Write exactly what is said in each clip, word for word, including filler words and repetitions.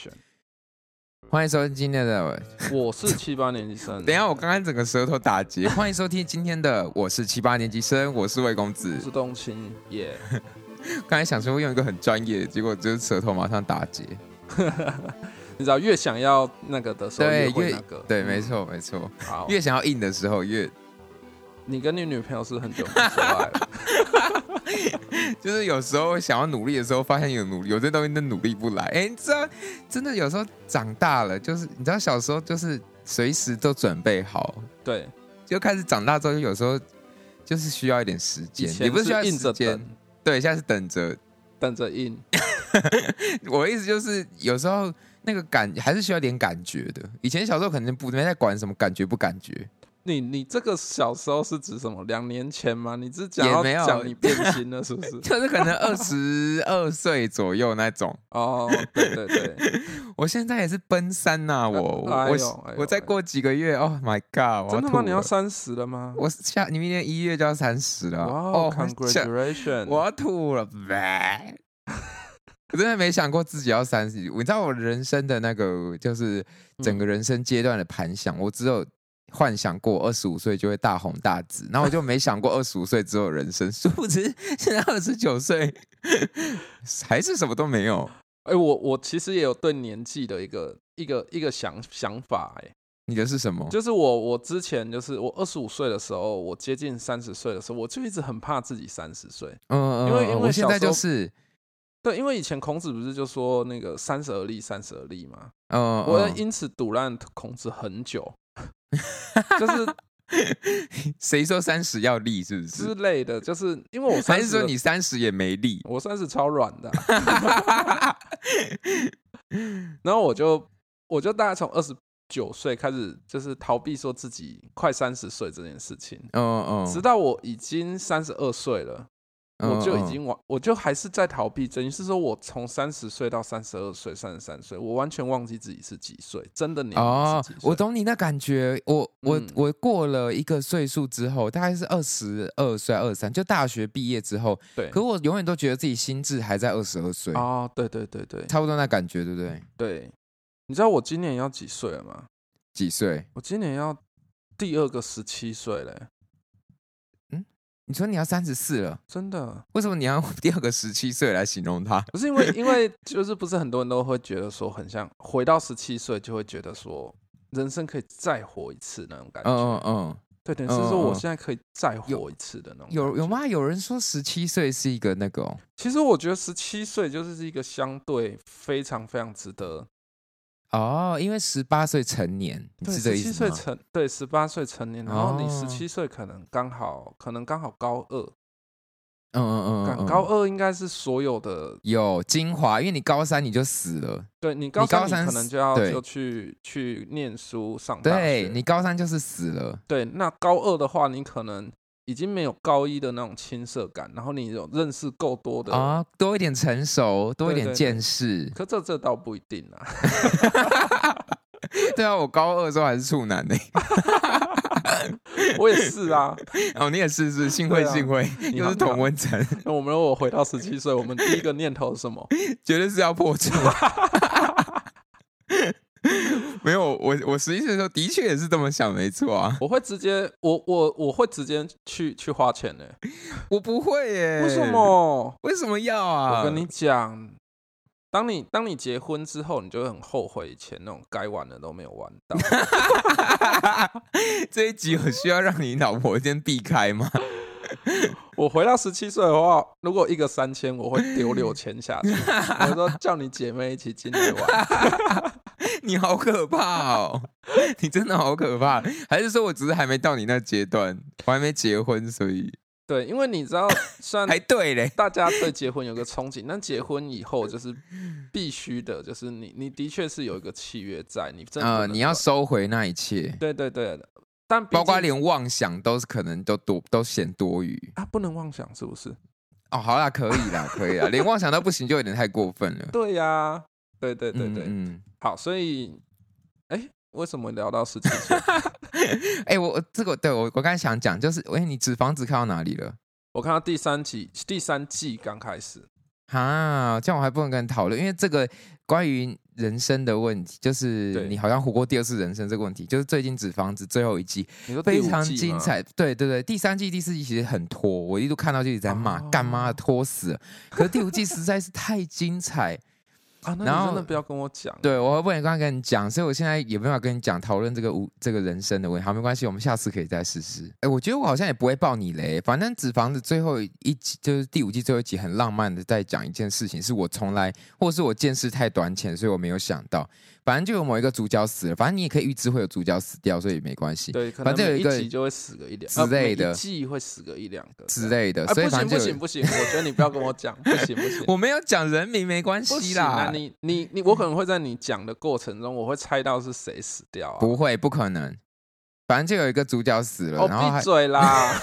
Generation。 欢迎收听今天的， 我是七八年级生。 等一下，我刚刚整个舌头打结。欢迎收听今天的，我是七八年级生，我是魏公子， 我是冬青耶。Yeah 刚才想说用一个很专业的，结果就是舌头马上打结。 你知道，越想要那个的时候， 对， 越会那个。 对，没错，没错。 好， 越想要硬的时候，越…… 你跟你女朋友是很久没说爱了。 就是有时候想要努力的时候，发现有努力有些东西都努力不来。哎，你知道，真的有时候长大了，就是你知道小时候就是随时都准备好， 对， 就开始长大之后，就有时候就是需要一点时间， 也不是需要时间，对，现在是等着等着硬。 我的意思就是，有时候那个感还是需要点感觉的。以前小时候可能不没在管什么感觉不感觉。 你你这个小时候是指什么？两年前吗？你是讲要讲你变心了是不是？ 就是可能二十二岁左右那种。 哦，对对对， 我现在也是奔三呐、啊，我、 哎、 我、 哎哎、 我再过几个月 ，Oh my God！ 真的吗？你要三十了吗？ 我下你明年一月就要三十了。 哇、 wow, 哦 ，Congratulations！ 我要吐了，我真的没想过自己要三十。你知道我人生的那个就是整个人生阶段的盘想，嗯、我只有幻想过二十五岁就会大红大紫，然后我就没想过二十五岁之后人生，殊不知现在二十九岁还是什么都没有。 哎、欸，我我其实也有对年纪的一个一个一个想想法、欸，哎， 你的是什么？ 就是我我之前就是我二十五岁的时候，我接近三十岁的时候，我就一直很怕自己三十岁， 嗯嗯， 因为因为我现在就是对，因为以前孔子不是就说那个三十而立，三十而立嘛， 嗯， 我因此堵烂孔子很久。就是谁说三十要立是不是之类的，就是因为我三十， 还是说你三十也没立？ 我三十超软的、啊，然后我就我就大概从二十九岁开始，就是逃避说自己快三十岁这件事情， 嗯嗯， 直到我已经三十二岁了。我就已经完，我就还是在逃避。等于是说，我从三十岁到三十二岁、三十三岁，我完全忘记自己是几岁，真的年龄是几岁。 哦，我懂你那感觉。我我、嗯、我过了一个岁数之后，大概是二十二岁、二十三，就大学毕业之后。 对。 可我永远都觉得自己心智还在二十二岁。 哦，对对对对， 差不多那感觉，对不对？ 对。你知道我今年要几岁了吗？ 几岁？ 我今年要第二个十七岁嘞。 你说你要三十四了， 真的？ 为什么你要第二个十七岁来形容它？ 不是因为，因为就是不是很多人都会觉得说，很像回到十七岁就会觉得说，人生可以再活一次那种感觉。嗯嗯嗯，对，等于是说我现在可以再活一次的那种感觉。 有有吗？有人说十七岁是一个那个、哦， 其实我觉得十七岁就是一个相对非常非常值得。 哦，因为十八岁成年， 对，十七岁成对十八岁成年，然后你十七岁可能刚好可能刚好高二， 嗯嗯嗯， 高二应该是所有的有精华，因为你高三你就死了， 对你高三你可能就要就去去念书上大学， 对你高三就是死了， 对，那高二的话，你可能已经没有高一的那种青涩感，然后你有认识够多的啊、哦，多一点成熟，多一点见识。 对对对，可这这倒不一定啊。 对啊，我高二的时候还是处男呢、 欸。我也是啊。 哦，你也是是，幸会幸会，又是同温层。 那我们如果回到十七岁，我们第一个念头是什么？ 绝对是要破处。没有，我我十一岁的时候的确也是这么想，没错啊。 我会直接，我我我会直接去去花钱呢、欸。 我不会耶、欸。 为什么？ 为什么要啊？ 我跟你讲，当你当你结婚之后，你就会很后悔以前那种该玩的都没有玩到。 这一集有需要让你老婆先避开吗？ 我回到十七岁的话，如果一个三千，我会丢六千下去。我说叫你姐妹一起进来玩。 你好可怕哦！你真的好可怕。还是说我只是还没到你那阶段，我还没结婚，所以对，因为你知道，虽然还对嘞， 大家对结婚有个憧憬，但结婚以后就是必须的，就是你你的确是有一个契约在，你真的呃，你要收回那一切。 对对对。但包括连妄想都是可能都多都嫌多余啊，不能妄想是不是？ 哦，好啦，可以啦，可以啦，连妄想都不行，就有点太过分了。 对呀、啊，对对对对， 嗯，嗯好，所以，哎，为什么聊到十七岁？ 哎，我这个对我我刚才想讲，就是哎，你纸房子看到哪里了？ 我看到第三集，第三季刚开始。 哈，这样我还不能跟你讨论，因为这个关于人生的问题，就是你好像活过第二次人生这个问题，就是最近纸房子最后一季，非常精彩。对对对，第三季、第四季其实很拖，我一度看到就一直在骂，干妈拖死了。可是第五季实在是太精彩。 啊，那你真的不要跟我讲。 对，我不能刚刚跟你讲，所以我现在也没办法跟你讲讨论这个这个人生的问题。好，没关系，我们下次可以再试试。哎，我觉得我好像也不会爆你雷，反正纸房子最后一集就是第五季最后一集，很浪漫的在讲一件事情，是我从来或是我见识太短浅，所以我没有想到。反正就有某一个主角死了，反正你也可以预知会有主角死掉，所以没关系。 对，可能每一集就会死个一两之类的， 每一季会死个一两个之类的。 啊、 所以不行不行不行，我觉得你不要跟我讲，不行不行， 我没有讲人名，没关系啦。 啊、你你你，我可能会在你讲的过程中，我会猜到是谁死掉啊？ 不会，不可能。反正就有一个主角死了， 哦、 然后闭嘴啦！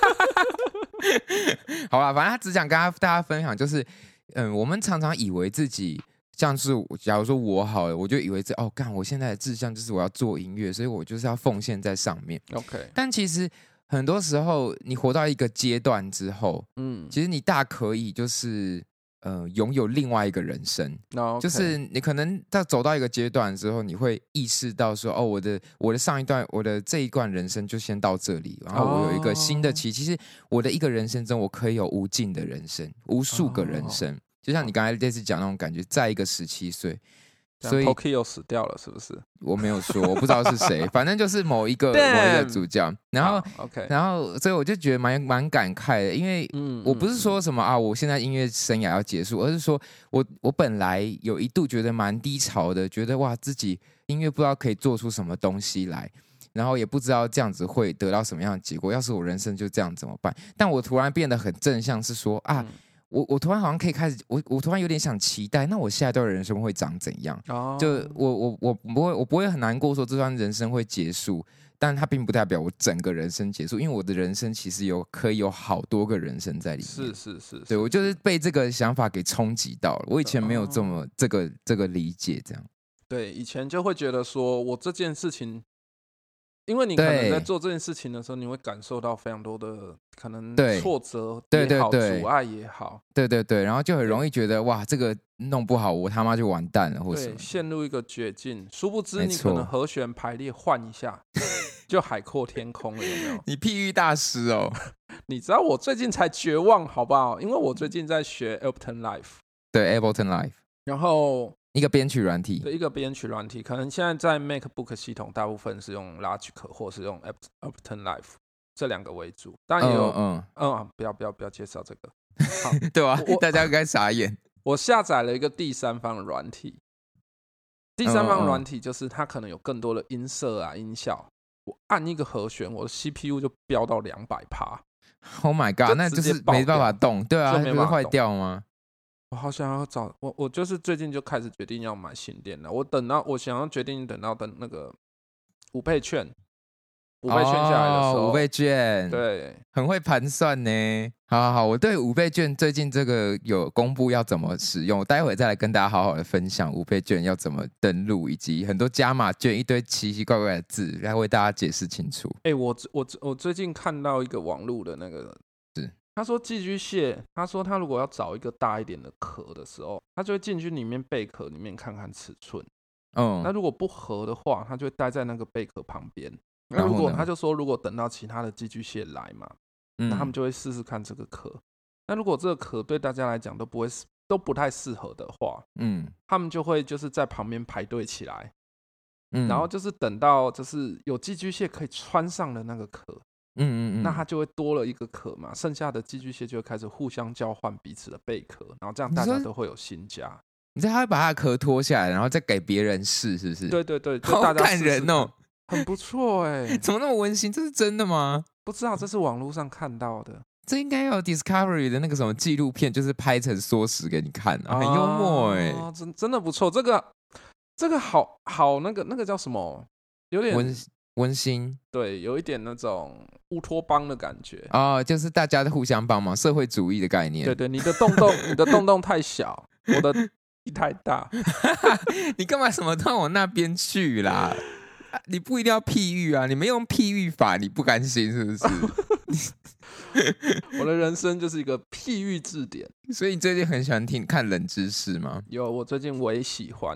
好啦，反正他只想跟大家分享，就是嗯，我们常常以为自己。像是假如说我好了，我就以为这哦干，我现在的志向就是我要做音乐，所以我就是要奉献在上面。 OK， 但其实很多时候你活到一个阶段之后，嗯，其实你大可以就是呃拥有另外一个人生。 Oh, okay. 就是你可能到走到一个阶段之后，你会意识到说哦，我的我的上一段我的这一段人生就先到这里，然后我有一个新的期。Oh. 其实我的一个人生中，我可以有无尽的人生，无数个人生。Oh.就像你刚才类似讲那种感觉，在一个十七岁， 所以 Tokyo 死掉了，是不是？ 我没有说，我不知道是谁，反正就是某一个某一个主角。然后、 oh, okay. 然后，所以我就觉得蛮蛮感慨的，因为我不是说什么、嗯、啊，我现在音乐生涯要结束，而是说我我本来有一度觉得蛮低潮的，觉得哇，自己音乐不知道可以做出什么东西来。然后也不知道这样子会得到什么样的结果，要是我人生就这样怎么办？但我突然变得很正向，是说啊。嗯我, 我突然好像可以开始，我我突然有点想期待，那我下一段人生会长怎样？哦、就我我我不会我不会很难过说这段人生会结束，但它并不代表我整个人生结束，因为我的人生其实有可以有好多个人生在里面。 是是 是, 是， 对我就是被这个想法给冲击到了，我以前没有这么、哦、这个这个理解，这样。 对，以前就会觉得说我这件事情。因为你可能在做这件事情的时候，你会感受到非常多的可能挫折也好，阻碍也好， 对对对，然后就很容易觉得哇，这个弄不好，我他妈就完蛋了，或者陷入一个绝境。殊不知你可能和弦排列换一下，就海阔天空了，有没有？ 你譬喻大师哦， 你知道我最近才绝望，好不好？因为我最近在学 Ableton Live， 对 Ableton Live， 然后。 一个编曲软体， 对，一个编曲软体，可能现在在 MacBook 系统，大部分是用 Logic 或是用 Ableton Live 这两个为主，当然也有，嗯嗯、呃，不要不要不要介绍这个， 对啊，大家应该傻眼。 我下载了一个第三方的软体，第三方软体就是它可能有更多的音色啊、音效，我按一个和弦，我的 C P U 就飙到两百趴。 Oh my god， 那就是没办法动，对啊，它不是坏掉吗？ 我好想要找我，我就是最近就开始决定要买新电脑。我等到我想要决定等到等那个五倍券，五倍券下来的时候， 五、哦、倍券， 对， 很会盘算呢。好好好，我对五倍券最近这个有公布要怎么使用，我待会再来跟大家好好的分享五倍券要怎么登录，以及很多加码券一堆奇奇怪怪的字，来为大家解释清楚。 哎、欸，我我我最近看到一个网络的那个是。 他说寄居蟹，他说他如果要找一个大一点的壳的时候，他就会进去里面贝壳里面看看尺寸。嗯，那如果不合的话，他就会待在那个贝壳旁边。那如果他就说，如果等到其他的寄居蟹来嘛，嗯、那他们就会试试看这个壳。那如果这个壳对大家来讲都不会都不太适合的话，嗯，他们就会就是在旁边排队起来，嗯，然后就是等到就是有寄居蟹可以穿上的那个壳。嗯嗯嗯，那它就会多了一个壳嘛，剩下的寄居蟹就会开始互相交换彼此的贝壳，然后这样大家都会有新家。 你知道他会把他的壳脱下来，然后再给别人试，是不是？ 对对对， 好感人哦， 很不错哎、欸， 怎么那么温馨？这是真的吗？ 不知道，这是网络上看到的。 这应该要有 Discovery 的那个什么纪录片，就是拍成缩时给你看啊，很幽默哎、欸， 真真的不错。这个这个好好那个那个叫什么？有点温温馨， 对，有一点那种乌托邦的感觉哦，就是大家都互相帮忙，社会主义的概念。 对对，你的洞洞，你的洞洞太小，我的地太大， 你干嘛什么都往我那边去啦？你不一定要譬喻啊，你没用譬喻法，你不甘心是不是？ 我的人生就是一个譬喻字典， 所以你最近很喜欢听看冷知识吗？ 有，我最近我也喜欢。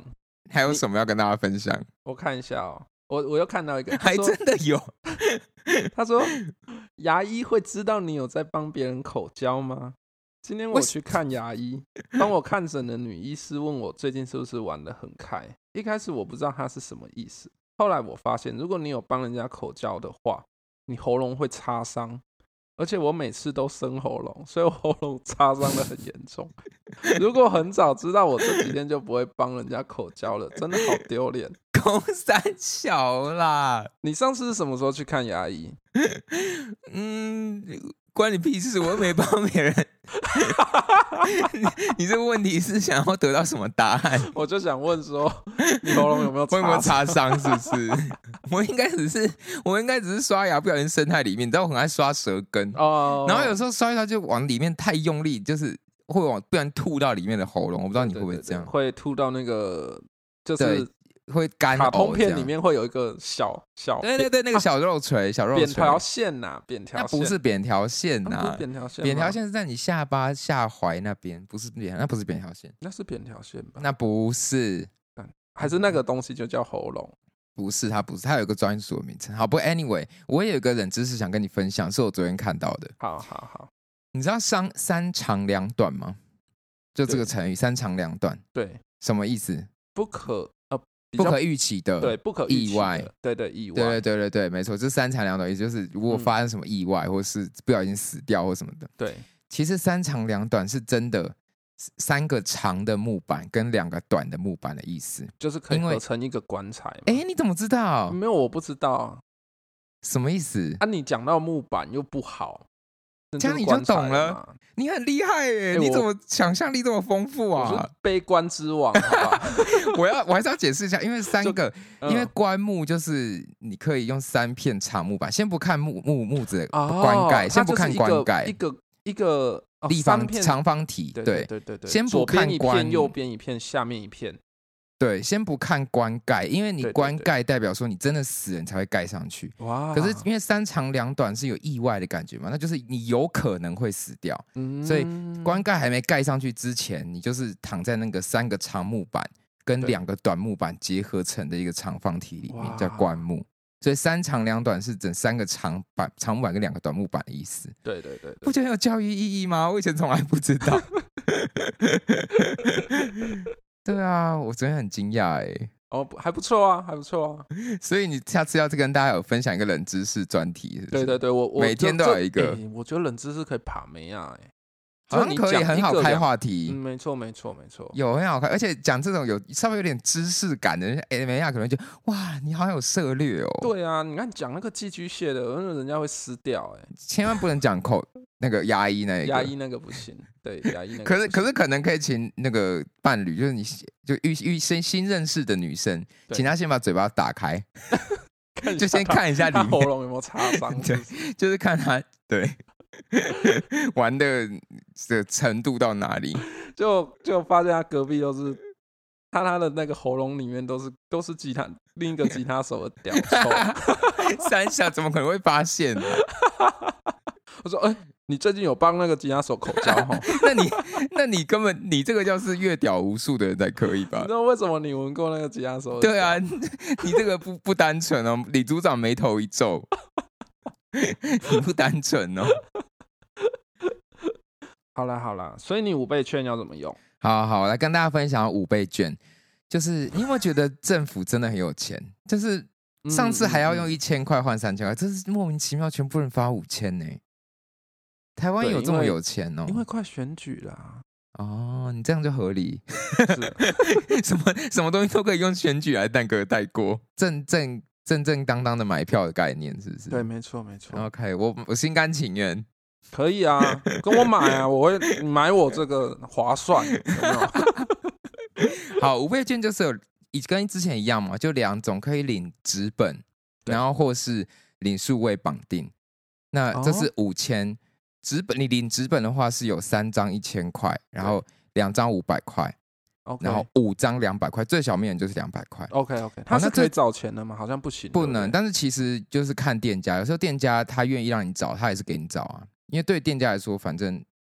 还有什么要跟大家分享？ 我看一下哦，我我又看到一个， 还真的有。 他说，牙医会知道你有在帮别人口交吗？今天我去看牙医，帮我看诊的女医师问我最近是不是玩得很开。一开始我不知道她是什么意思，后来我发现，如果你有帮人家口交的话，你喉咙会擦伤，而且我每次都生喉咙，所以我喉咙擦伤的很严重。如果很早知道，我这几天就不会帮人家口交了，真的好丢脸。 公三小啦！ 你上次是什么时候去看牙医？ 嗯，关你屁事！我又没帮别人。你, 你这个问题是想要得到什么答案？ 我就想问说，你喉咙有没有擦伤？ 有没有擦伤？是不是？我应该只是，我应该只是刷牙不小心伸太里面。你知道我很爱刷舌根哦，然后有时候刷一刷就往里面太用力，就是会往不然吐到里面的喉咙。我不知道你会不会这样， 对对对对会吐到那个就是。 会干呕， 卡通片里面会有一个小小， 对对对，那个小肉锤，啊、小肉锤， 扁条线呐、啊，扁条线， 那不是扁条线呐、啊， 扁条线， 扁条线是在你下巴下怀那边，不是扁，那不是扁条线， 那是扁条线吧？ 那不是， 还是那个东西就叫喉咙？ 不是，它不是，它有一个专属的名称。好，不过 anyway， 我也有一个冷知识想跟你分享，是我昨天看到的。 好好好， 你知道三三长两短吗？就这个成语，三长两短， 对， 什么意思？ 不可。 不可预期的， 对，不可意外， 对对意外， 对对对对对，没错，这三长两短意思就是如果发生什么意外，嗯、或是不小心死掉或什么的， 对， 其实三长两短是真的三个长的木板跟两个短的木板的意思， 就是可以合成一个棺材。 哎，你怎么知道？ 没有，我不知道， 什么意思？ 啊，你讲到木板又不好。 这样你就懂了，你很厉害耶！欸、你怎么想象力这么丰富啊？ 我是悲观之王，好不好？ 我要我还是要解释一下，因为三个，嗯、因为棺木就是你可以用三片长木板，先不看木木木子的棺盖，哦、先不看棺盖， 一个一个立方长方体， 对对对对对， 先不看棺，左边一片，右边一片，下面一片。 对，先不看棺盖，因为你棺盖代表说你真的死人才会盖上去。哇！可是因为三长两短是有意外的感觉嘛，那就是你有可能会死掉，嗯、所以棺盖还没盖上去之前，你就是躺在那个三个长木板跟两个短木板结合成的一个长方体里面，叫棺木。所以三长两短是整三个长板、长木板跟两个短木板的意思。 对对 对, 对， 不觉得很有教育意义吗？我以前从来不知道。对啊，我昨天很惊讶哎， 哦，还不错啊，还不错啊。 所以你下次要跟大家有分享一个冷知识专题是不是？ 对对对，我我每天都有一个。 欸、我觉得冷知识可以爬梅啊，哎， 好像可以很好开话题。 嗯，没错没错没错， 有很好开，而且讲这种有稍微有点知识感的，哎，梅亚可能就哇，你好像有涉猎哦。 对啊，你看讲那个寄居蟹的，人家会撕掉哎， 千万不能讲口。那个牙医那个， 牙医那个不行，对，牙医那个可是可是可能可以请那个伴侣，就是你就遇遇新新认识的女生，请她先把嘴巴打开，就先看一下里面喉咙有没有擦伤， 对，就是看她对玩的的程度到哪里， 就就发现他隔壁都是他他的那个喉咙里面都是都是吉他另一个吉他手的屌臭， 三小怎么可能会发现呢？ 我说，哎、欸。你最近有帮那个吉他手口交哈？ 那你那你根本你这个就是越屌无数的人才可以吧？ 你知道为什么你闻过那个吉他手？ 对啊，你这个不不单纯哦。李组长眉头一皱，你不单纯哦。 好啦好啦，所以你五倍券要怎么用？ 好好，来跟大家分享五倍券。就是你有没有觉得政府真的很有钱？就是上次还要用一千块换三千块，这是莫名其妙，全部人发五千呢。台湾有这么有钱哦？ 因为快选举了、啊、 哦，你这样就合理。什么什么东西都可以用选举来带个带过，正正正正当当的买票的概念，是不是？ 对，没错没错。 OK， 我我心甘情愿。 可以啊，跟我买啊，我会买我这个划算。有没有好，五倍券就是有跟之前一样嘛，就两种，可以领纸本，然后或是领数位绑定。那这是五千。纸本你领纸本的话是有三张一千块，然后两张五百块， okay. 然后五张两百块，最小面就是两百块。 OK OK， 它是可以找钱的吗？好像不行， 不能。 对对， 但是其实就是看店家，有时候店家他愿意让你找，他也是给你找啊。因为对店家来说，反正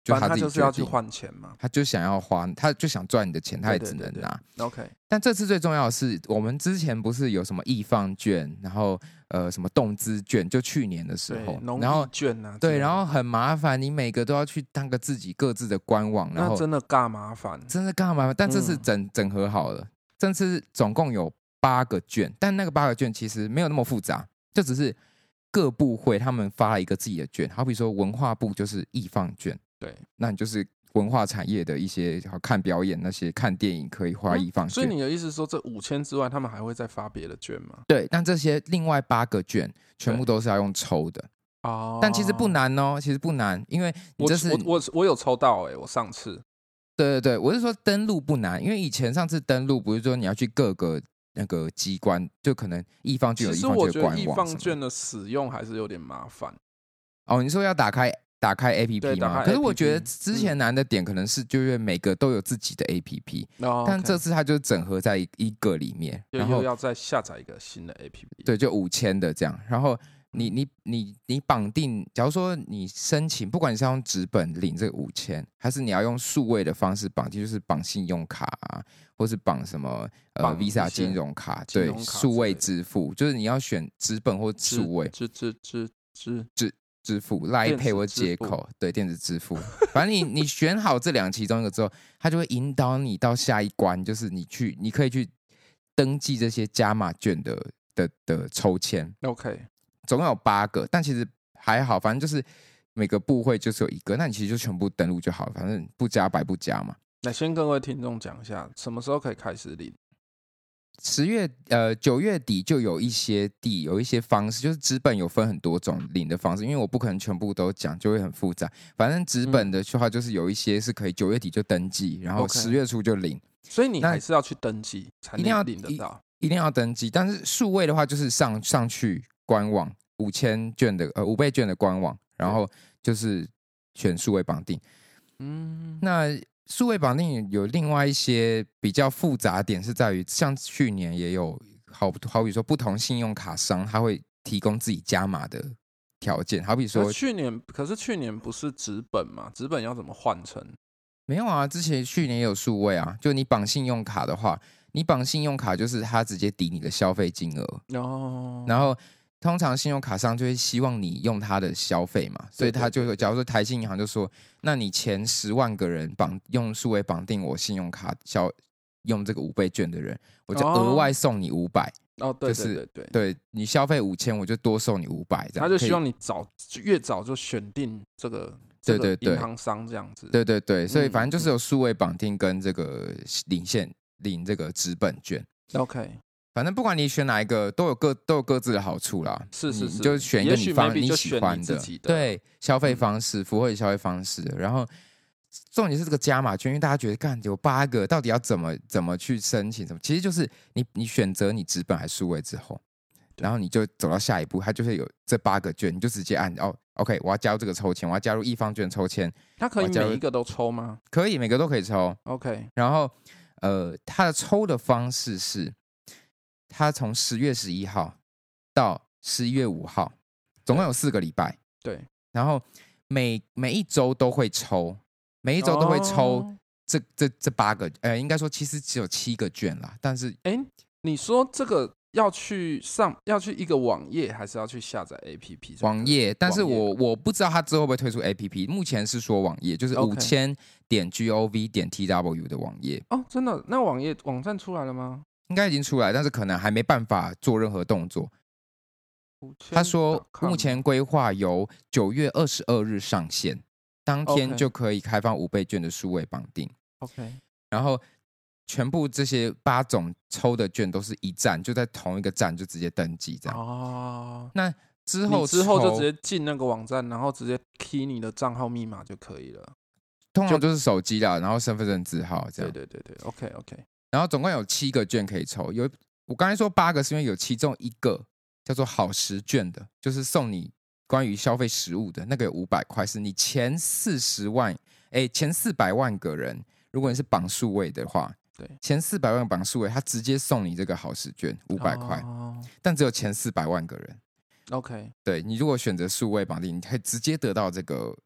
就他自己就是要去换钱嘛， 他就想要花，他就想赚你的钱，他也只能拿。 对对对对 OK， 但这次最重要的是，我们之前不是有什么易放券，然后呃什么动资券，就去年的时候， 农益券啊， 对，然后很麻烦，你每个都要去当个自己各自的官网，然后那真的尬麻烦， 真的尬麻烦。但这次整、嗯、整合好了，这次总共有八个券，但那个八个券其实没有那么复杂，就只是各部会他们发了一个自己的券，好比说文化部就是易放券， 对， 那你就是文化产业的一些看表演那些看电影可以花易放券、嗯、 所以你的意思是说这五千之外他们还会再发别的券吗？ 对，但这些另外八个券全部都是要用抽的哦，但其实不难哦，其实不难，因为你这是我 我, 我, 我有抽到哎、欸，我上次对对对，我是说登录不难，因为以前上次登录不是说你要去各个那个机关，就可能易放券有易放券的官网， 其实我觉得易放券的使用还是有点麻烦哦。你说要打开打开 A P P 吗？可是我觉得之前难的点可能是就是每个都有自己的 A P P，、嗯、但这次它就整合在一个里面， 然后又要再下载一个新的 A P P， 对，就五千的这样，然后。你你你你绑定，假如说你申请，不管你是要用纸本领这个五千，还是你要用数位的方式绑定，就是绑信用卡啊，或是绑什么呃 Visa 金融卡，对，数位支付，就是你要选纸本或数位支支支支支支付 Line Pay 或接口，对，电子支付。反正你你选好这两其中一个之后，它就会引导你到下一关，就是你去你可以去登记这些加码券的的的抽签。 OK。 总共有八个，但其实还好，反正就是每个部会就是有一个，那你其实就全部登录就好了，反正不加白不加嘛。 那先跟各位听众讲一下，什么时候可以开始领？ 十月呃九月底就有一些地有一些方式，就是纸本有分很多种领的方式，因为我不可能全部都讲，就会很复杂。反正纸本的话，就是有一些是可以九月底就登记，然后十月初就领。 所以你还是要去登记才能领得到， 一定要登记。但是数位的话，就是上上去。官网五千券的呃五倍券的官网，然后就是选数位绑定。嗯，那数位绑定有另外一些比较复杂的点是在于，像去年也有好好比说不同信用卡商，他会提供自己加码的条件，好比说去年可是去年不是纸本嘛？纸本要怎么换成？ 没有啊，之前去年也有数位啊，就你绑信用卡的话，你绑信用卡就是他直接抵你的消费金额哦，然后。通常信用卡商就会希望你用他的消费嘛，所以他就会，假如说台信银行就说，那你前十万个人绑用数位绑定我信用卡消用这个五倍券的人，我就额外送你五百。 哦，对对对对， 对你消费五千，我就多送你五百，这样。 他就希望你早越早就选定这个对对对银行商这样子。 对对对，所以反正就是有数位绑定跟这个领现领这个纸本券。 OK。 反正不管你选哪一个，都有各都有各自的好处啦。 是是是， 你就选一个你方你喜欢的， 的对消费方式，嗯、符合你消费方式的。然后重点是这个加码券，因为大家觉得干有八个，到底要怎么怎么去申请？什么？其实就是你你选择你纸本还是数位之后，然后你就走到下一步，它就会有这八个券，你就直接按哦 ，OK， 我要加入这个抽签，我要加入易放券抽签。 它可以每一个都抽吗？ 可以，每个都可以抽。 OK， 然后呃，它的抽的方式是。他从十月十一号到十一月五号，总共有四个礼拜。 对， 然后每每一周都会抽，每一周都会抽这、哦、这这八个，呃，应该说其实只有七个券啦。但是， 哎，你说这个要去上要去一个网页，还是要去下载 A P P？ 网页，但是我我不知道他之后会不会推出 A P P。目前是说网页，就是五千点 gov 点 tw 的网页。 哦，真的？那网页网站出来了吗？ 应该已经出来，但是可能还没办法做任何动作。他说，目前规划由九月二十二日上线，当天就可以开放五倍券的数位绑定。 OK， 然后全部这些八种抽的券都是一站，就在同一个站就直接登记这样。哦，那之后之后就直接进那个网站，然后直接 key 你的账号密码就可以了。 通常就是手机啦，然后身份证字号这样。 对对对对 ，OK OK。 然后总共有七个券可以抽，有我刚才说八个是因为有其中一个叫做好食券的，就是送你关于消费食物的那个有五百块，是你前四十万，哎，前四百万个人，如果你是绑数位的话， 对， 前四百万绑数位，他直接送你这个好食券五百块，哦、但只有前四百万个人。 OK， 对你如果选择数位绑定，你可以直接得到这个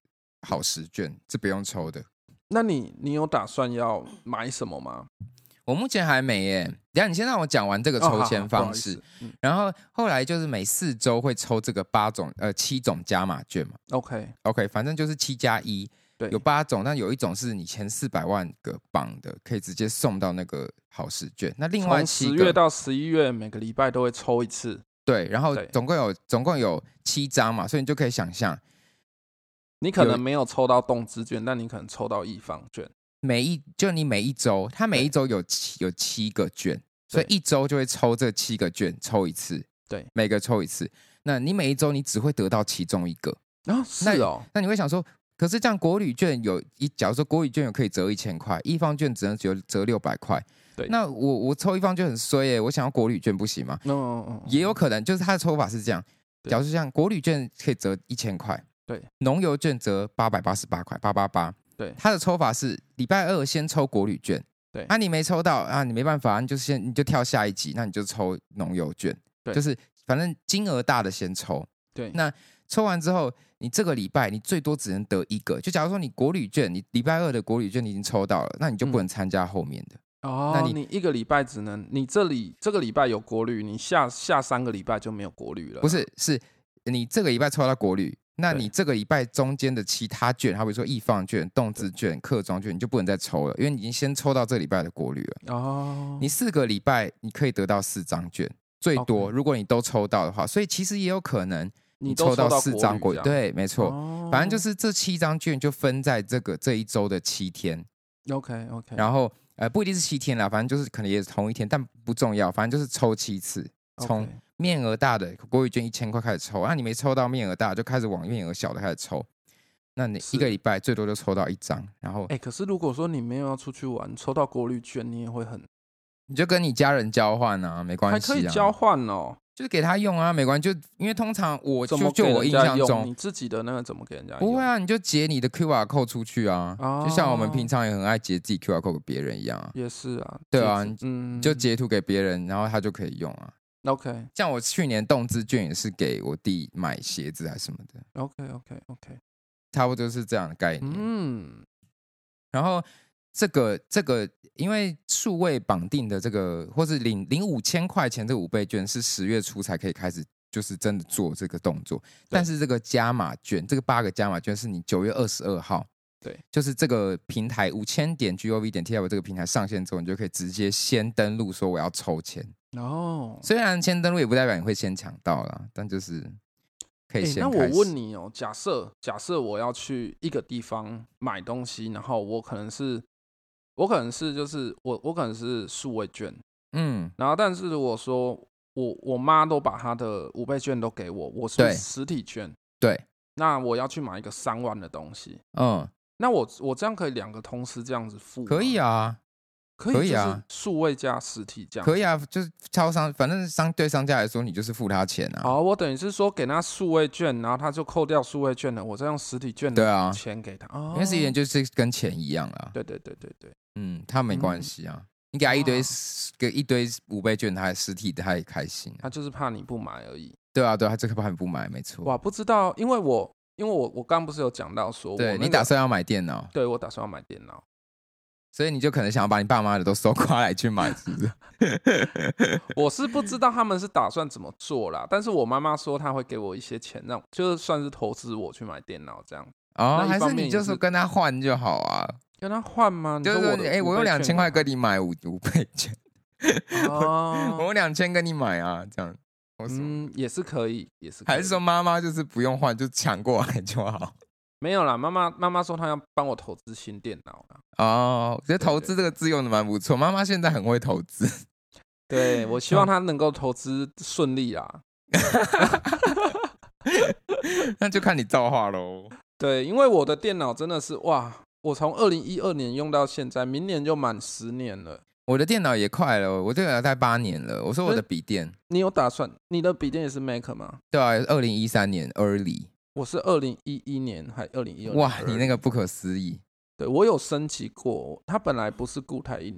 好食券，是不用抽的。 那你你有打算要买什么吗？ 我目前还没耶。等一下你先让我讲完这个抽签方式，哦嗯、然后后来就是每四周会抽这个八种呃七种加码券嘛。 OK OK， 反正就是七加一，对，有八种，但有一种是你前四百万个榜的，可以直接送到那个好食券。那另外七个， 从十月到十一月每个礼拜都会抽一次。 对，然后总共有总共有七张嘛，所以你就可以想象， 你可能没有抽到动资券，但你可能抽到一方券。 每一就你每一周，它每一周有七有七个券，所以一周就会抽这七个券，抽一次， 对， 每个抽一次。那你每一周你只会得到其中一个啊，是哦。 那, 那你会想说，可是这样国旅券有一，假如说国旅券有可以折一千块，一方券只能只有折六百块， 对， 那我我抽一方券很衰耶，我想要国旅券不行吗？ 嗯嗯嗯， 也有可能，就是它的抽法是这样，假如说像国旅券可以折一千块， 对， 农游券折八百八十八块，八八八。 对， 他的抽法是礼拜二先抽国旅券， 对， 啊你没抽到啊，你没办法，你就先你就跳下一集，那你就抽农游券， 对， 就是反正金额大的先抽， 对， 那抽完之后，你这个礼拜你最多只能得一个，就假如说你国旅券，你礼拜二的国旅券你已经抽到了，那你就不能参加后面的。 嗯、哦，那你你一个礼拜只能你这里这个礼拜有国旅，你下下三个礼拜就没有国旅了。 不是，是你这个礼拜抽到国旅。那你这个礼拜中间的其他券，好比说易放券、动资券、客庄券，你就不能再抽了，因为你已经先抽到这礼拜的国旅了。哦，你四个礼拜你可以得到四张券，最多， okay. 如果你都抽到的话，所以其实也有可能你抽到四张国旅。对，没错，哦，反正就是这七张券就分在这个这一周的七天。 OK OK， 然后呃不一定是七天啦，反正就是可能也是同一天，但不重要，反正就是抽七次，从。Okay.面额大的国旅券一千块开始抽，那、啊、你没抽到面额大，就开始往面额小的开始抽。那你一个礼拜最多就抽到一张，然后， 哎、欸，可是如果说你没有要出去玩，抽到国旅券，你也会很， 你就跟你家人交换啊，没关系、啊， 还可以交换哦， 就是给他用啊，没关系，就因为通常我就就我印象中， 你自己的那个怎么给人家用？ 不会啊，你就截你的 Q R code 出去啊，哦、就像我们平常也很爱截自己 Q R code 给别人一样啊。 也是啊， 对啊，嗯，就截图给别人，然后他就可以用啊。 OK， 像我去年动资券也是给我弟买鞋子还是什么的。 OK OK OK， 差不多是这样的概念。嗯，然后这个这个，因为数位绑定的这个，或是领领五千块钱这个五倍券是十月初才可以开始，就是真的做这个动作。但是这个加码券，这个八个加码券是你九月二十二号。 对， 就是这个平台五千点 gov 点 tw 这个平台上线之后，你就可以直接先登录说我要抽签。哦，虽然先登录也不代表你会先抢到啦，但就是可以先开始。 欸、那我问你哦，假设假设我要去一个地方买东西，然后我可能是我可能是就是我我可能是数位券，嗯，然后但是如果说我我妈都把她的五倍券都给我，我是实体券， 对， 那我要去买一个三万的东西，嗯。那我我这样可以两个同时这样子付吗？ 可以啊， 可以啊，数位加实体这样可以啊，就是超商，反正商对商家来说，你就是付他钱啊。 好，我等于是说给他数位券，然后他就扣掉数位券了，我再用实体券的钱给他， 对啊哦、因为实体券就是跟钱一样啊。 对对对对对， 嗯，他没关系啊，嗯、你给他一堆给一堆五倍券，他实体的他也开心、啊， 他就是怕你不买而已。 对啊，对啊，他这个怕你不买，没错。 哇，不知道，因为我。因为我我刚刚不是有讲到说， 对、那個、你打算要买电脑， 对我打算要买电脑， 所以你就可能想要把你爸妈的都收过来去买，是不是？ 我是不知道他们是打算怎么做啦，但是我妈妈说她会给我一些钱，让就是算是投资我去买电脑这样。 哦，还是你就是跟他换就好啊？ 跟他换吗？ 就是哎、欸，我用两千块跟你买五五倍券，哦、我用两千跟你买啊，这样。 嗯，也是可以，也是可以。 还是说妈妈就是不用换，就抢过来就好？ 没有啦，妈妈妈妈说她要帮我投资新电脑啦。 哦，我觉得投资这个字用的蛮不错，妈妈现在很会投资。 对，我希望她能够投资顺利啦。 那就看你造化喽。 对，因为我的电脑真的是哇，我从二零一二年用到现在，明年就满十年了。 我的电脑也快了，我这个大概八年了。我说我的笔电， 你有打算？你的笔电也是 Mac 吗？ 对啊，二零一三年 early， 我是二零一一年还二零一二年。 哇，你那个不可思议！ 对，我有升级过，它本来不是固态硬碟，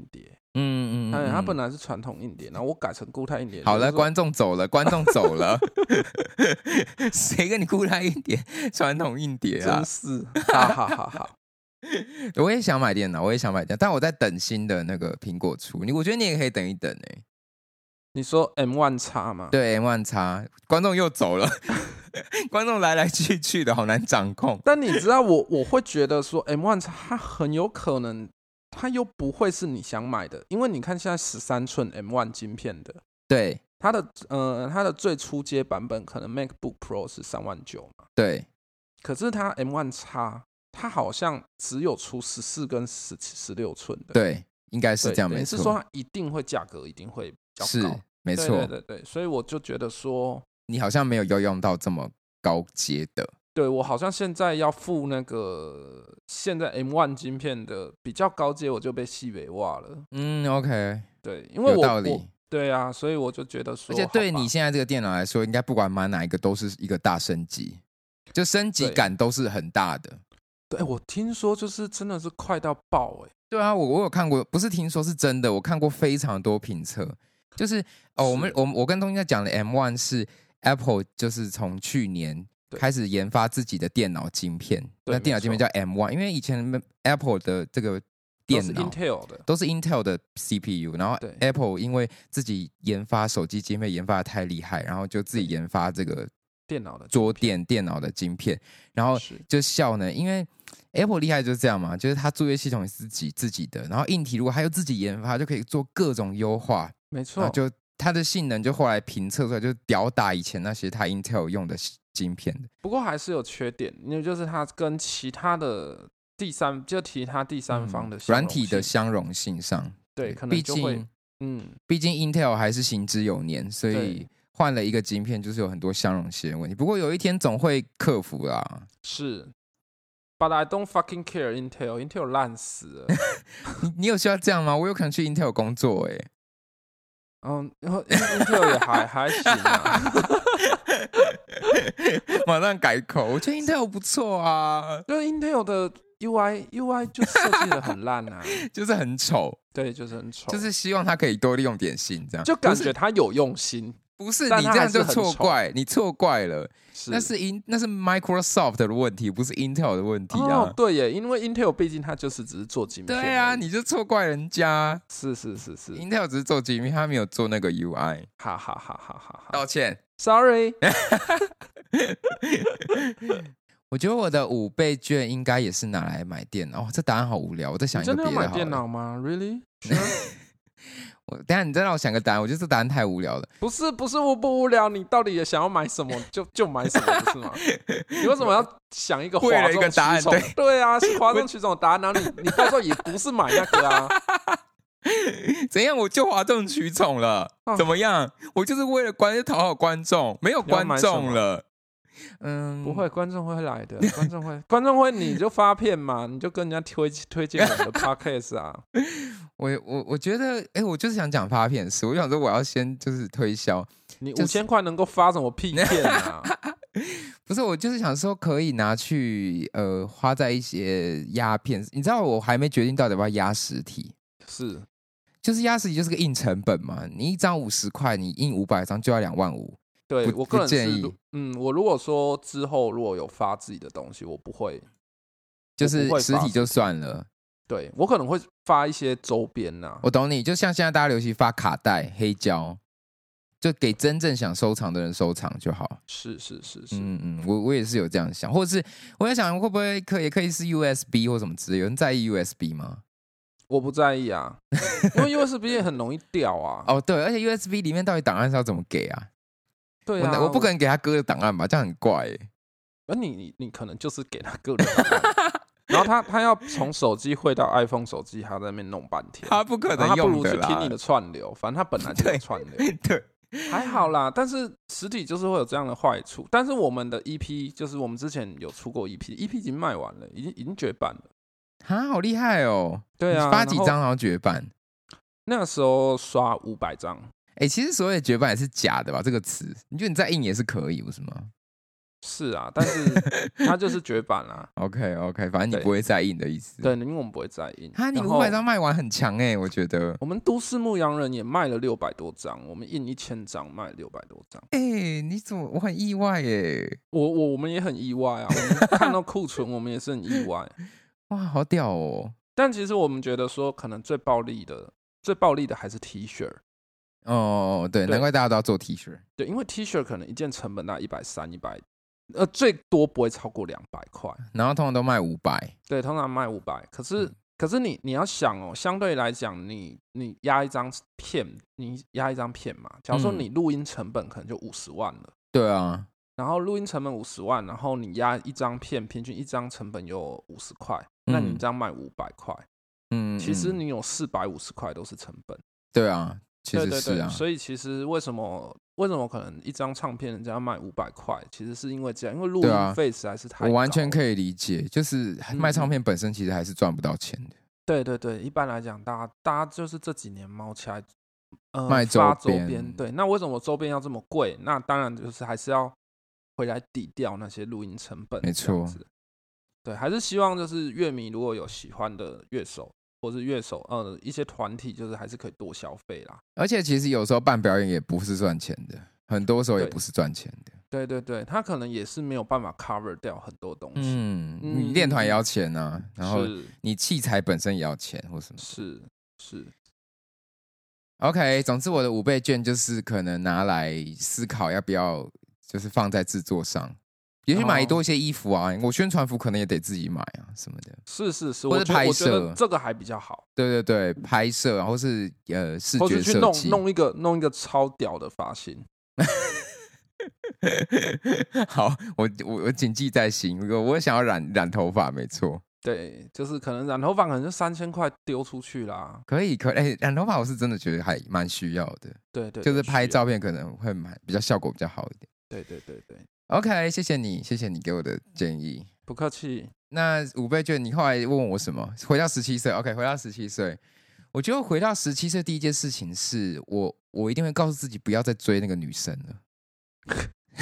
嗯嗯嗯， 它本来是传统硬碟，然后我改成固态硬碟。 好了，观众走了，观众走了，谁跟你固态硬碟、传统硬碟啊？ 真是，哈哈哈哈。 我也想买电脑，我也想买电脑，但我在等新的那个苹果出。你我觉得你也可以等一等哎、欸。 你说 M 一 X 吗？ 对 M 一 X， 观众又走了，观众来来去去的，好难掌控。 但你知道我我会觉得说 M 一 X 它很有可能，它又不会是你想买的，因为你看现在十三寸 M 一 晶片的， 对， 它的呃它的最初阶版本可能 MacBook Pro 是三万九嘛， 对， 可是它 M 一 X 它好像只有出十四跟十十六寸的， 对，应该是这样，没错。 是说它一定会价格一定会比较高， 是没错， 对对对，所以我就觉得说， 你好像没有要用到这么高阶的。 对，我好像现在要付那个现在 M 一 晶片的比较高阶，我就被细尾挖了。 嗯 ，OK， 对，因为我有道理我对啊，所以我就觉得说， 而且对你现在这个电脑来说，应该不管买哪一个都是一个大升级，就升级感都是很大的。 对，我听说就是真的是快到爆哎、欸。 对啊，我我有看过，不是听说是真的，我看过非常多评测，就是哦，我们我我跟东西在讲的 M 一 是 Apple 就是从去年开始研发自己的电脑晶片，那电脑晶片叫 M 一，因为以前 Apple 的这个电脑都是 Intel 的， 都是 Intel 的 C P U， 然后 Apple 因为自己研发手机晶片研发的太厉害，然后就自己研发这个电脑的桌垫电脑的晶片，然后就效能，因为 Apple 厉害就是这样嘛，就是它作业系统是自己自己的，然后硬体如果还有自己研发，就可以做各种优化， 没错， 就它的性能就后来评测出来就吊打以前那些它 Intel 用的晶片的。 不过还是有缺点，因为就是它跟其他的第三就其他第三方的软、嗯、体的相容性上， 对，可能就会嗯， 毕竟 Intel 还是行之有年，所以换了一个晶片就是有很多相容性的问题。不过有一天总会克服啦。 是。But I don't fucking care Intel, Intel 烂死了。 你你有需要这样吗？我有可能去 Intel 工作哎、欸。 嗯，然后 Intel 也还还行啊。 马上改口，我觉得 Intel 不错啊。 就是 Intel 的 U I U I 就设计的很烂啊， 就是很丑。 对，就是很丑。 就是希望他可以多利用点心，这样就感觉他有用心。 不是你这样就错怪，你错怪了。 是那是 in 那是 Microsoft 的问题，不是 Intel 的问题啊。 哦，对耶，因为 Intel 毕竟它就是只是做晶片。 对啊，你就错怪人家。 是是是是 ，Intel 只是做晶片，他没有做那个 U I。 哈哈哈哈哈！ 道歉 ，Sorry。 我觉得我的五倍券应该也是拿来买电脑。哦，这答案好无聊，我在想一个别的好了。 真的要买电脑吗 ？Really？ 我等一下，你再让我想个答案，我觉得这答案太无聊了。 不是不是无不无聊，你到底也想要买什么就就买什么，不是吗？你为什么要想一个哗众取宠？对, 对啊，是哗众取宠的答案，然后你你到时候也不是买那个啊。 怎样我就哗众取宠了？啊、怎么样？我就是为了关讨好观众，没有观众了。 嗯，不会，观众会来的，观众会，观众会，你就发片嘛，你就跟人家推推荐我们的 podcast 啊。 我我我觉得，哎、欸，我就是想讲发片事，我想说我要先就是推销。 你五千块能够发什么屁片啊？ 不是，我就是想说可以拿去呃花在一些压片，你知道我还没决定到底要不要压实体。 是， 就是压实体就是个硬成本嘛，你一张五十块，你印五百张就要两万五。 对，我个人建议， 嗯，我如果说之后如果有发自己的东西，我不会， 就是实体就算了。 对，我可能会发一些周边呐、啊。 我懂你，就像现在大家流行发卡带、黑胶，就给真正想收藏的人收藏就好。 是是是是， 嗯嗯，我我也是有这样想，或者是我在想会不会可以也可以是 U S B 或什么之类，有人在意 U S B 吗？ 我不在意啊，因为 U S B 也很容易掉啊。 哦，对，而且 U S B 里面到底档案是要怎么给啊？ 对啊， 我, 我不可能给他哥的档案吧，这样很怪哎、欸。 而你你你可能就是给他哥的档案，然后他他要从手机汇到 iPhone 手机，他在那边弄半天， 他不可能用的啦。 他不如去听你的串流，反正他本来就有串流。 对，对还好啦。但是实体就是会有这样的坏处。但是我们的 E P 就是我们之前有出过 E P，E P 已经卖完了，已经已经绝版了。 啊，好厉害哦！ 对啊， 发几张然后绝版。 那个时候刷五百张。 哎、欸，其实所谓的绝版也是假的吧？这个词，你觉得你再印也是可以，不是吗？ 是啊，但是它就是绝版啦。 OK OK， 反正你不会再印的意思。 对，因为我们不会再印。 哈，你五百张卖完很强哎、欸，我觉得。 我们都市牧羊人也卖了六百多张，我们印一千张卖六百多张。 哎、欸，你怎么？我很意外耶、欸。 我我我们也很意外啊，我们看到库存，我们也是很意外。 哇，好屌哦！ 但其实我们觉得说，可能最暴利的、最暴利的还是 T 恤。 哦，对，难怪大家都要做 T 恤。 对，因为 T 恤可能一件成本大概一百三、一百，呃，最多不会超过两百块， 然后通常都卖五百。 对，通常卖五百。可是，嗯、可是你你要想哦，相对来讲，你你压一张片，你压一张片嘛，假如说你录音成本可能就五十万了。 对啊。 然后录音成本五十万，然后你压一张片，平均一张成本有五十块，嗯、那你这样卖五百块，嗯，其实你有四百五十块都是成本。 对啊。其实是啊， 对对对，所以其实为什么为什么可能一张唱片人家要卖五百块？其实是因为这样，因为录音费实在是太高了。 我完全可以理解，就是卖唱片本身其实还是赚不到钱的。 嗯、对对对，一般来讲，大家大家就是这几年猫起来，呃， 卖周边。周边对，那为什么周边要这么贵？那当然就是还是要回来抵掉那些录音成本。 没错， 对，还是希望就是乐迷如果有喜欢的乐手。或是乐手，呃，一些团体就是还是可以多消费啦。 而且其实有时候办表演也不是赚钱的，很多时候也不是赚钱的。 对对对，他可能也是没有办法 cover 掉很多东西。 嗯，你练团也要钱啊，然后你器材本身也要钱或什么。 是是。 OK， 总之我的五倍券就是可能拿来思考要不要，就是放在制作上。也许买多一些衣服啊，哦、我宣传服可能也得自己买啊，什么的。 是是是， 或者拍摄， 这个还比较好。 对对对，拍摄，然后是呃视觉设计， 或是去弄弄一个弄一个超屌的发型。 好，我我我谨记在心。我我想要染染头发，没错。 对，就是可能染头发可能就三千块丢出去啦。 可以可以，欸、染头发我是真的觉得还蛮需要的。 对 对, 对， 就是拍照片可能会蛮比较效果比较好一点。 对对对对。 OK， 谢谢你，谢谢你给我的建议。 不客气。 那五倍券，你后来问我什么？回到十七岁 ，OK， 回到十七岁，我觉得回到十七岁第一件事情是我，我一定会告诉自己不要再追那个女生了。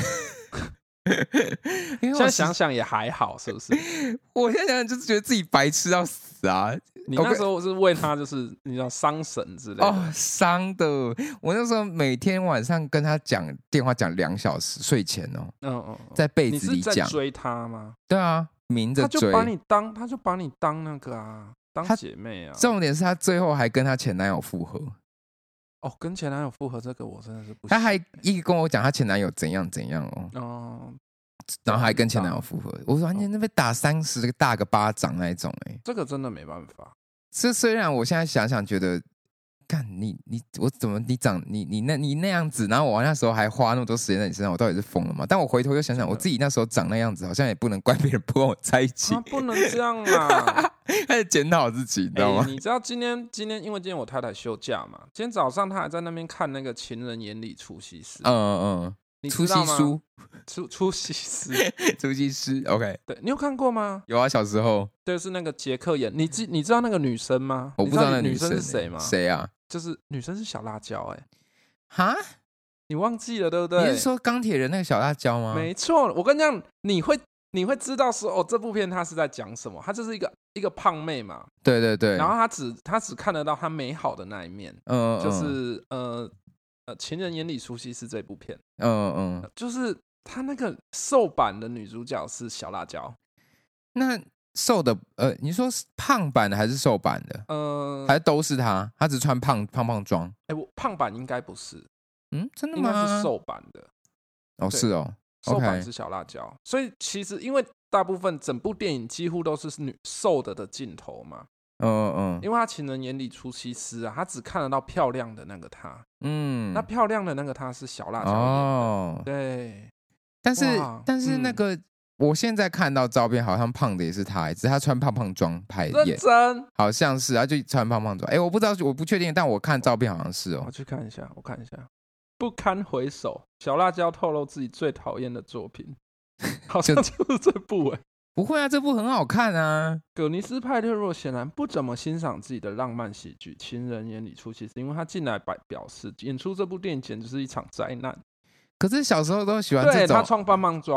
因为现在想想也还好，是不是？ 我现在想想就是觉得自己白痴到死啊！ 你那时候是为他就是你知道伤神之类的哦，伤的。我那时候每天晚上跟他讲电话讲两小时，睡前哦，嗯嗯，在被子里讲。 你是在追他吗？ 对啊，明着追。 他就把你当，他就把你当那个啊，当姐妹啊。 重点是他最后还跟他前男友复合。 哦，跟前男友复合这个我真的是不行。 他还一直跟我讲他前男友怎样怎样哦。哦。然后还跟前男友复合，我说你那边打三十个大个巴掌那一种哎、欸， 这个真的没办法。 这虽然我现在想想觉得，干你你我怎么你长你你那你那样子，然后我那时候还花那么多时间在你身上，我到底是疯了吗？但我回头又想想，我自己那时候长那样子，好像也不能怪别人不跟我在一起， 啊、不能这样啊！ 开始检讨自己，你知道吗？ 欸、你知道今天今天因为今天我太太休假嘛，今天早上她还在那边看那个《情人眼里出西施》。嗯嗯嗯。 出西书， 出出西施， 出西施 ，OK， 对你有看过吗？ 有啊，小时候， 对，是那个杰克演。你知你知道那个女生吗？ 我不知道那女生是谁吗？ 谁啊？ 就是女生是小辣椒、欸，哎， 哈， 你忘记了对不对？ 你是说钢铁人那个小辣椒吗？ 没错，我跟你讲，你会你会知道说，哦，这部片它是在讲什么？它就是一个一个胖妹嘛， 对对对， 然后她只她只看得到她美好的那一面，嗯，就是呃。呃，情人眼里出西施这部片，嗯嗯、呃，就是他那个瘦版的女主角是小辣椒， 那瘦的呃，你说是胖版的还是瘦版的？呃，还是都是他，他只穿胖胖胖装。 哎、欸，我胖版应该不是， 嗯，真的吗？ 应该是瘦版的。 哦，是哦， 瘦版是小辣椒， okay. 所以其实因为大部分整部电影几乎都是女瘦的的镜头嘛。嗯嗯，因为他情人眼里出西施啊，他只看得到漂亮的那个他，嗯，那漂亮的那个他是小辣椒演的，哦，对， 但是但是那个、嗯、我现在看到照片，好像胖的也是他，只是他穿胖胖装拍演， 认真， 好像是，他就穿胖胖装，哎，我不知道，我不确定，但我看照片好像是哦， 我去看一下，我看一下，不堪回首，小辣椒透露自己最讨厌的作品，好像就是这部哎。 不会啊，这部很好看啊。 葛尼斯派特若显然不怎么欣赏自己的浪漫喜剧《情人眼里出西施》，因为他进来表示演出这部电影简直是一场灾难。 可是小时候都喜欢这种， 对他穿棒棒装，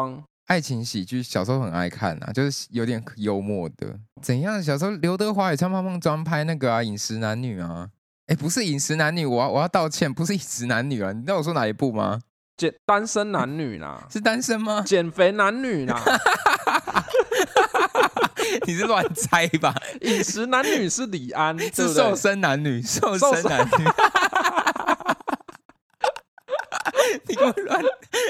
爱情喜剧小时候很爱看啊，就是有点幽默的。怎样？小时候刘德华也穿胖胖装拍那个啊，《饮食男女》啊。哎，不是《饮食男女》，我要我要道歉，不是《饮食男女》啊。你知道我说哪一部吗？ 减单身男女啦， 是单身吗？ 减肥男女啦。 你是乱猜吧？ 饮食男女是李安， 是瘦身男女，瘦身男女。你给我乱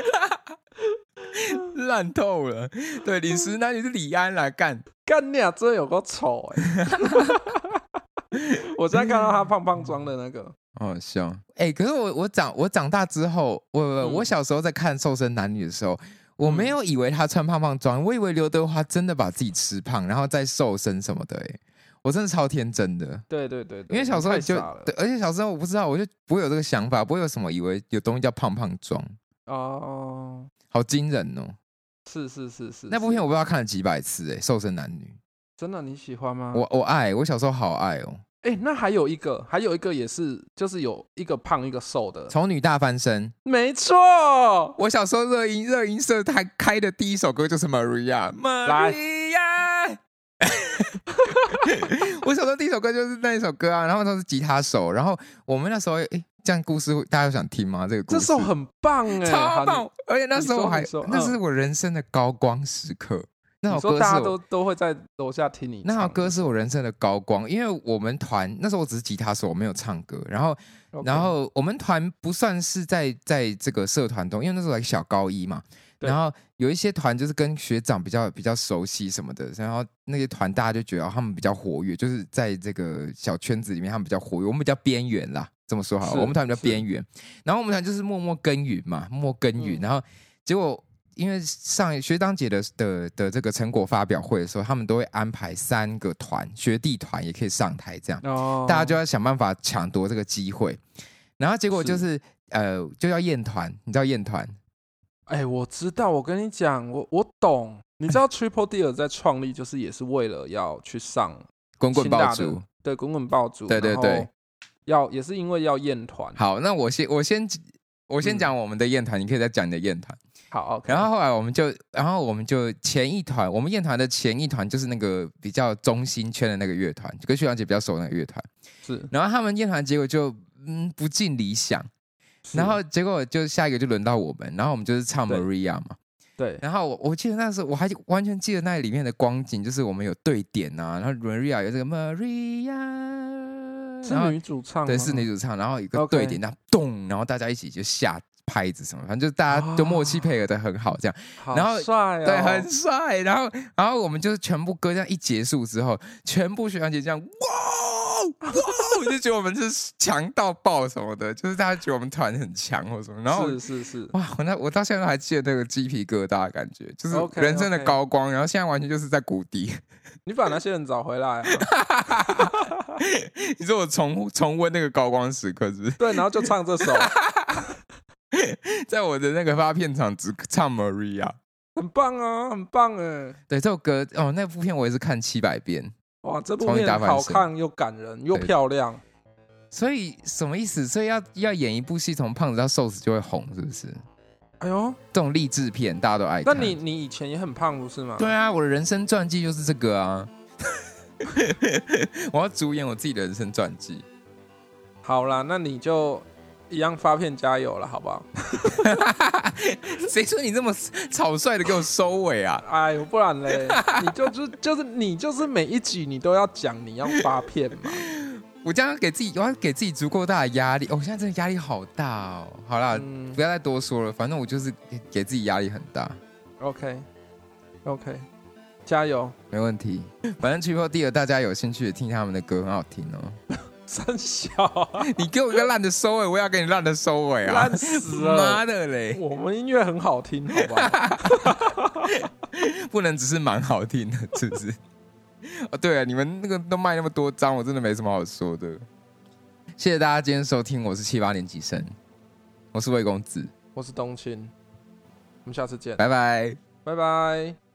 烂透了。对，饮食男女是李安来干干你啊！真的有够丑哎！我现在看到他胖胖装的那个， 好笑。哎、欸，可是我我长我长大之后，我、嗯、我小时候在看瘦身男女的时候，我没有以为他穿胖胖装，我以为刘德华真的把自己吃胖，然后再瘦身什么的、欸。哎，我真的超天真的。 对对 对, 对， 因为小时候就对，而且小时候我不知道，我就不会有这个想法，不会有什么以为有东西叫胖胖装。哦，好惊人哦！ 是是是是， 那部片我不知道看了几百次哎、欸，瘦身男女。 真的你喜欢吗？ 我我爱，我小时候好爱哦。 哎、欸，那还有一个，还有一个也是，就是有一个胖一个瘦的丑女大翻身。 没错， 我小时候热音热音社台开的第一首歌就是 Maria Maria。我小时候第一首歌就是那一首歌啊，然后都是吉他手，然后我们那时候哎、欸，这样故事大家有想听吗？这个故事这首很棒哎、欸， 超棒！而且那时候我还那是我人生的高光时刻。那首歌是大家都都会在楼下听你唱。 那首歌是我人生的高光，因为我们团那时候我只是吉他手，我没有唱歌。然后， okay. 然后我们团不算是在在这个社团中，因为那时候还小高一嘛。然后有一些团就是跟学长比较比较熟悉什么的，然后那些团大家就觉得他们比较活跃，就是在这个小圈子里面他们比较活跃，我们比较边缘啦。这么说好了，我们团比较边缘。然后我们团就是默默耕耘嘛，默默耕耘。嗯、然后结果。因为上学长姐的的的这个成果发表会的时候，他们都会安排三个团，学弟团也可以上台，这样，哦、大家就要想办法抢夺这个机会。然后结果就是，是呃，就要验团，你知道验团？ 哎、欸，我知道，我跟你讲，我我懂。你知道 Triple Deer 在创立就是也是为了要去上滚滚爆竹， 对，滚滚爆竹， 对对对， 要也是因为要验团。 好，那我先我先我先讲我们的验团，嗯、你可以再讲你的验团。 好 ，OK。 然后后来我们就，然后我们就前一团，我们验团的前一团就是那个比较中心圈的那个乐团，跟学长姐比较熟的那个乐团。 是。 然后他们验团结果就嗯不尽理想，然后结果就下一个就轮到我们，然後我们就是唱 Maria 嘛。 对。 然后 我, 我记得那时候我还完全记得那里面的光景，就是我们有对点啊，然后 Maria 有这个 Maria， 是女主唱吗？ 对，是女主唱，然后有个对点， okay. 然后咚，然后大家一起就下。拍子什么，反正就大家都默契配合的很好，这样， 哦、 然后好帅哦， 对，很帅。然后，然后我们就是全部歌这样一结束之后，全部学长姐这样，哇哇，我就觉得我们是强到爆什么的，就是大家觉得我们团很强或什么。然后是是是， 哇，我那我到现在都还记得那个鸡皮疙瘩的感觉，就是人生的高光。Okay, okay. 然后现在完全就是在谷底。 你把那些人找回来、啊。 你说我重重温那个高光时刻，是不是？ 对，然后就唱这首。 在我的那个发片场只唱 Maria， 很棒啊，很棒哎！ 对，这首歌哦，那部片我也是看七百遍。 哇，这部片好看又感人又漂亮。 所以什么意思？所以要要演一部戏，从胖子到瘦子就会红，是不是？ 哎呦， 这种励志片大家都爱看。 那你你以前也很胖不是吗？ 对啊，我的人生传记就是这个啊。我要主演我自己的人生传记。 好啦，那你就。一样发片加油了，好不好？ 谁说你这么草率的给我收尾啊？ 哎呦，不然嘞，你就就就是你就是每一集你都要讲你要发片嘛。 我这样给自己，我要给自己足够大的压力。哦，我现在真的压力好大哦。好啦，嗯、不要再多说了，反正我就是给自己压力很大。 OK，OK，、okay, okay, 加油， 没问题。反正 Triple Deer 大家有兴趣的听他们的歌，很好听哦。 三小、啊， 你给我一个烂的收尾，我要给你烂的收尾啊！ 烂死了， 妈的嘞！ 我们音乐很好听，好不好？ 不能只是蛮好听的，是不是？哦，对啊，你们那个都卖那么多张，我真的没什么好说的。谢谢大家今天收听，我是七八年级生，我是魏公子， 我是冬青，我们下次见， 拜拜， 拜拜。